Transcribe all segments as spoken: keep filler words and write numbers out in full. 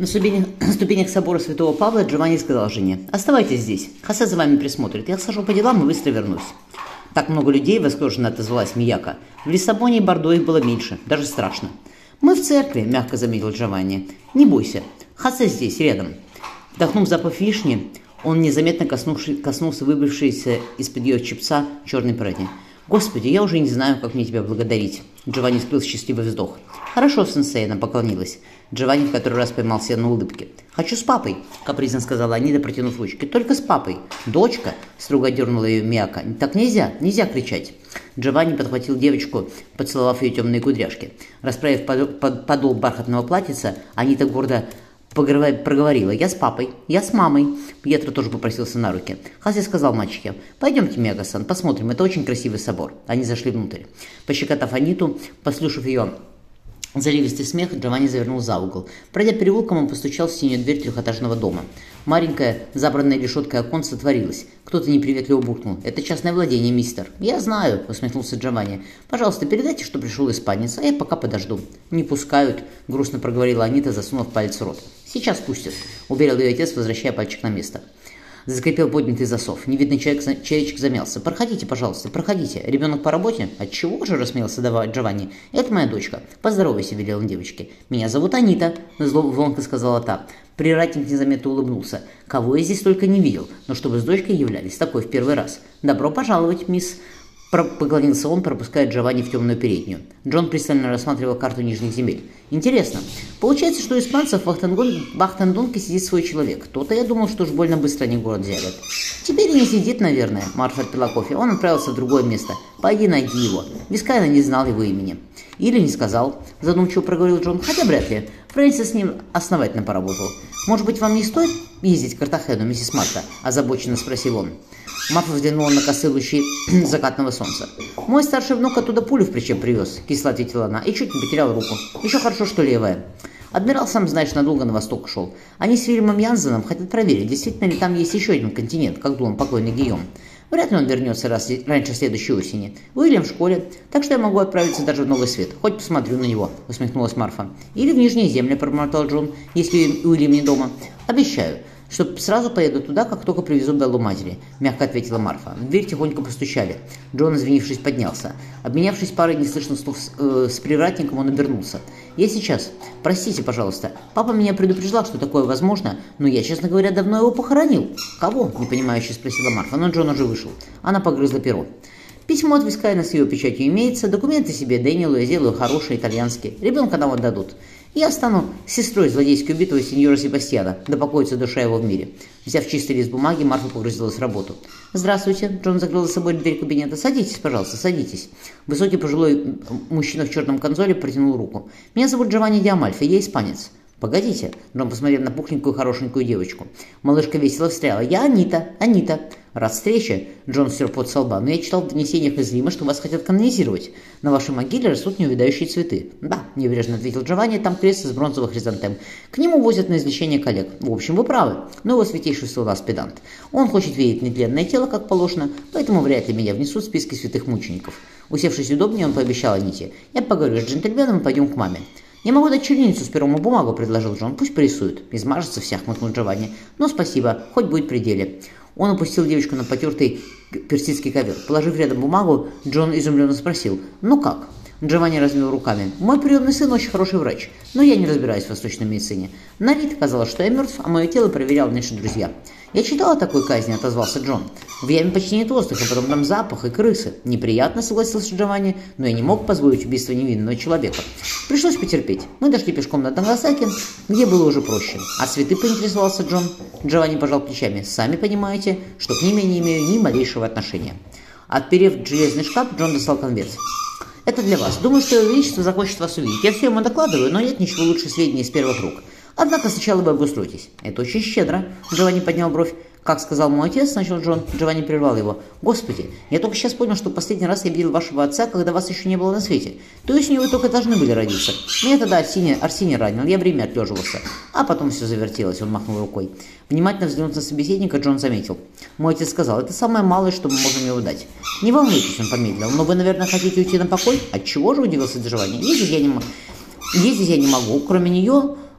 На ступенях, на ступенях собора святого Павла Джованни сказал жене: «Оставайтесь здесь, Хосе за вами присмотрит. Я схожу по делам и быстро вернусь». «Так много людей», — восторженно отозвалась Мияка. «В Лиссабоне и Бордо их было меньше, даже страшно». «Мы в церкви», — мягко заметил Джованни. «Не бойся, Хосе здесь, рядом». Вдохнув запах вишни, он незаметно коснулся выбившейся из-под ее чепца черной пряди. «Господи, я уже не знаю, как мне тебя благодарить». Джованни скрыл счастливый вздох. «Хорошо, сенсей», — она поклонилась. Джованни в который раз поймал себя на улыбке. «Хочу с папой», — капризно сказала Анита, протянув ручки. «Только с папой». «Дочка», — строго дернула ее Мияка. «Так нельзя, нельзя кричать». Джованни подхватил девочку, поцеловав ее темные кудряшки. Расправив подол бархатного платьица, Анита гордо проговорила: «Я с папой, я с мамой». Пьетро тоже попросился на руки. Хосе сказал мальчике: «Пойдемте, Мияка-сан, посмотрим, это очень красивый собор». Они зашли внутрь. Пощекотав Аниту, послушав ее заливистый смех, Джованни завернул за угол. Пройдя переулком, он постучал в синюю дверь трехэтажного дома. Маленькая, забранная решеткой оконце отворилась. Кто-то неприветливо буркнул: «Это частное владение, мистер». «Я знаю», — усмехнулся Джованни. «Пожалуйста, передайте, что пришел испанец, а я пока подожду». «Не пускают», — грустно проговорила Анита, засунув палец в рот. «Сейчас пустят», — уверил ее отец, возвращая пальчик на место. Заскрипел поднятый засов. Невидный человек, человечек замялся. «Проходите, пожалуйста, проходите. Ребенок по работе?» «Отчего же?» — рассмеялся Джованни. «Это моя дочка. Поздоровайся», — велел он девочке. «Меня зовут Анита», — звонко сказала та. Приратник незаметно улыбнулся. «Кого я здесь только не видел, но чтобы с дочкой являлись, такой в первый раз. Добро пожаловать, мисс». Поклонился он, пропуская Джованни в темную переднюю. Джон пристально рассматривал карту Нижних земель. «Интересно. Получается, что у испанцев в Бахтандонке сидит свой человек. То-то я думал, что уж больно быстро они город взяли». «Теперь и не сидит, наверное», — Марфа отпила кофе. «Он отправился в другое место. Пойди найди его». Вискайна не знал его имени. «Или не сказал», — задумчиво проговорил Джон. «Хотя вряд ли. Фрэнсис с ним основательно поработал. Может быть, вам не стоит ездить в Картахену, миссис Марта?» — озабоченно спросил он. Марфа взглянула на косы лучи закатного солнца. «Мой старший внук оттуда пулю в причеп привез», — кисло ответила она, и чуть не потерял руку. «Еще хорошо, что левая». Адмирал, сам знаешь, надолго на восток ушел. Они с Вильямом Янсеном хотят проверить, действительно ли там есть еще один континент, как думал покойный Гийом. Вряд ли он вернется раз, раньше следующей осени. Уильям в школе, так что я могу отправиться даже в Новый Свет. Хоть посмотрю на него», — усмехнулась Марфа. «Или в Нижние земли», — пробормотал Джон, — «если Уильям не дома». «Обещаю, что сразу поеду туда, как только привезу Беллу матери», — мягко ответила Марфа. В дверь тихонько постучали. Джон, извинившись, поднялся. Обменявшись парой неслышных слов с, э, с привратником, он обернулся. «Я сейчас. Простите, пожалуйста. Папа меня предупреждал, что такое возможно, но я, честно говоря, давно его похоронил». «Кого?» — непонимающе спросила Марфа, но Джон уже вышел. Она погрызла перо. «Письмо от Вискайна с ее печатью имеется, документы себе Дэниелу я сделаю хорошие, итальянские. Ребенка нам отдадут. Я стану сестрой злодейски убитого сеньора Себастьяна, да покоится душа его в мире». Взяв чистый лист бумаги, Марфа погрузилась в работу. «Здравствуйте», — Джон закрыл за собой дверь кабинета. «Садитесь, пожалуйста, садитесь». Высокий пожилой мужчина в черном камзоле протянул руку. «Меня зовут Джованни Ди Амальфи, я испанец». «Погодите», — Джон посмотрел на пухленькую хорошенькую девочку. Малышка весело встряла. «Я Анита, Анита». «Рад встрече», — Джон стер пот со лба, «но я читал в донесениях из Рима, что вас хотят канонизировать. На вашей могиле растут неувядающие цветы». «Да», — небрежно ответил Джованни, «там крест из бронзовых хризантем. К нему возят на излечение коллег. В общем, вы правы, но его святейшество у нас педант. Он хочет видеть нетленное тело, как положено, поэтому вряд ли меня внесут в списки святых мучеников». Усевшись удобнее, он пообещал Аните: «Я поговорю с джентльменом и пойдем к маме». «Я могу дать чернильницу с пером и бумагу», — предложил Джон. «Пусть порисует». «Измажется вся», — хмыкнул Джованни. «Ну, спасибо, хоть будет при деле». Он опустил девочку на потертый персидский ковер. Положив рядом бумагу, Джон изумленно спросил: «Ну как?» Джованни развел руками. «Мой приемный сын очень хороший врач, но я не разбираюсь в восточной медицине. На вид казалось, что я мертв, а мое тело проверял наши друзья». «Я читал о такой казни», — отозвался Джон. «В яме почти нет воздуха, потом там запах и крысы». «Неприятно», — согласился Джованни, «но я не мог позволить убийство невинного человека. Пришлось потерпеть. Мы дошли пешком до Тангасаки, где было уже проще». «А цветы?» — поинтересовался Джон. Джованни пожал плечами. «Сами понимаете, что к ним я не имею ни малейшего отношения». Отперев железный шкаф, Джон достал конверт. «Это для вас. Думаю, что Его Величество захочет вас увидеть. Я все ему докладываю, но нет ничего лучше сведений из первых рук. Однако сначала вы обустройтесь». «Это очень щедро», — Джованни поднял бровь. «Как сказал мой отец», — начал Джон. Джованни прервал его. «Господи, я только сейчас понял, что последний раз я видел вашего отца, когда вас еще не было на свете. То есть у него только должны были родиться. Меня тогда Арсений, Арсений ранил, я время отлеживался. А потом все завертелось», — он махнул рукой. Внимательно взглянув на собеседника, Джон заметил. «Мой отец сказал, это самое малое, что мы можем ему дать». «Не волнуйтесь», — он помедлил. «Но вы, наверное, хотите уйти на покой?» «Отчего же?» — удивился Джованни. «Ездить я не могу. Ездить я не могу. Кроме нее,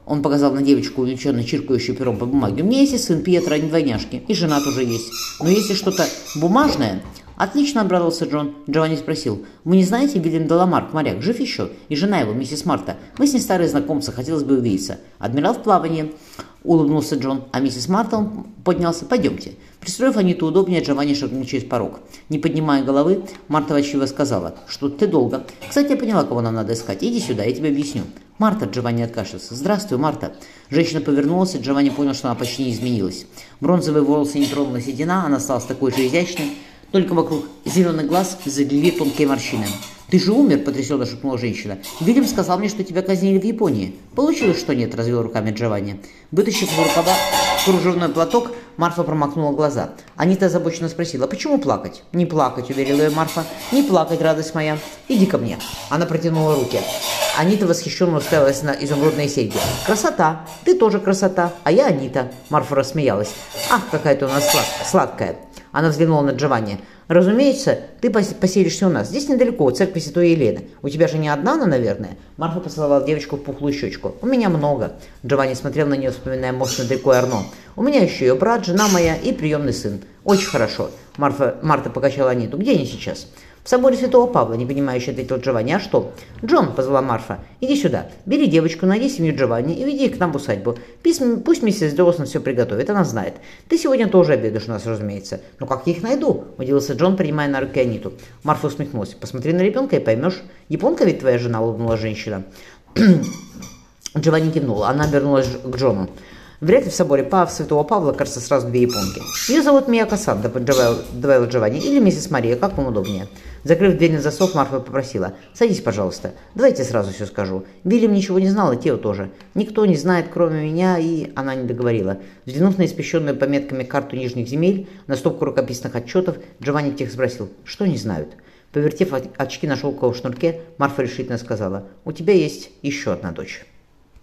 Он показал на девочку, увлеченно чиркающую пером по бумаге. «У меня есть и сын Пьетро, они двойняшки, и жена тоже есть. Но если что-то бумажное...» «Отлично», — обрадовался Джон. Джованни спросил: «Вы не знаете, Вильям Деламарк, моряк, жив еще? И жена его, миссис Марта. Мы с ней старые знакомцы, хотелось бы увидеться». «Адмирал в плавании», — улыбнулся Джон. А миссис Марта он поднялся. «Пойдемте». Пристроив Аниту удобнее, Джованни шагнул через порог. Не поднимая головы, Марта ворчливо сказала: «Что ты долго? Кстати, я поняла, кого нам надо искать. Иди сюда, я тебе объясню». «Марта», — Джованни откашлялся. «Здравствуй, Марта». Женщина повернулась, и Джованни понял, что она почти не изменилась. Бронзовые волосы не тронула седина, она осталась такой же изящной, только вокруг зеленых глаз залили тонкие морщины. «Ты же умер», — потрясенно шепнула женщина. «Вильям сказал мне, что тебя казнили в Японии». «Получилось, что нет», — развел руками Джованни. Вытащив из рукава кружевной платок, Марфа промокнула глаза. Анита озабоченно спросила: «Почему плакать?» «Не плакать», — уверила ее Марфа. «Не плакать, радость моя. Иди ко мне». Она протянула руки. Анита восхищенно уставилась на изумрудные серьги. «Красота! Ты тоже красота, а я Анита». Марфа рассмеялась. «Ах, какая ты у нас слад... сладкая!» Она взглянула на Джованни. «Разумеется, ты поселишься у нас. Здесь недалеко, у церкви Святой Елены. У тебя же не одна она, наверное?» Марфа поцеловала девочку в пухлую щечку. «У меня много». Джованни смотрел на нее, вспоминая мост над рекой Арно. «У меня еще ее брат, жена моя и приемный сын». «Очень хорошо». Марфа, Марта покачала Аниту. «Где они сейчас?» «В соборе Святого Павла», — непонимающе ответил Джованни. «А что?» «Джон», — позвала Марфа, — «иди сюда. Бери девочку, найди семью Джованни и веди их к нам в усадьбу. Пусть, пусть миссис Доусон все приготовит, она знает. Ты сегодня тоже обедаешь у нас, разумеется». «Ну как я их найду?» — удивился Джон, принимая на руки Аниту. Марфа усмехнулась. «Посмотри на ребенка и поймешь. Японка ведь твоя жена», — улыбнула женщина. Джованни кивнула. Она обернулась к Джону. «Вряд ли в соборе Пав Святого Павла, кажется, сразу две японки. Ее зовут Мияко-сан», — добавил Джованни, — «или миссис Мария, как вам удобнее». Закрыв дверь на засов, Марфа попросила: «Садись, пожалуйста. Давайте сразу все скажу. Вильям ничего не знал, и Тео тоже. Никто не знает, кроме меня», и она не договорила. Взглянув на испещренную пометками карту нижних земель, на стопку рукописных отчетов, Джованни тихо спросил: «Что не знают?» Повертев очки на шелковом шнурке, Марфа решительно сказала: «У тебя есть еще одна дочь».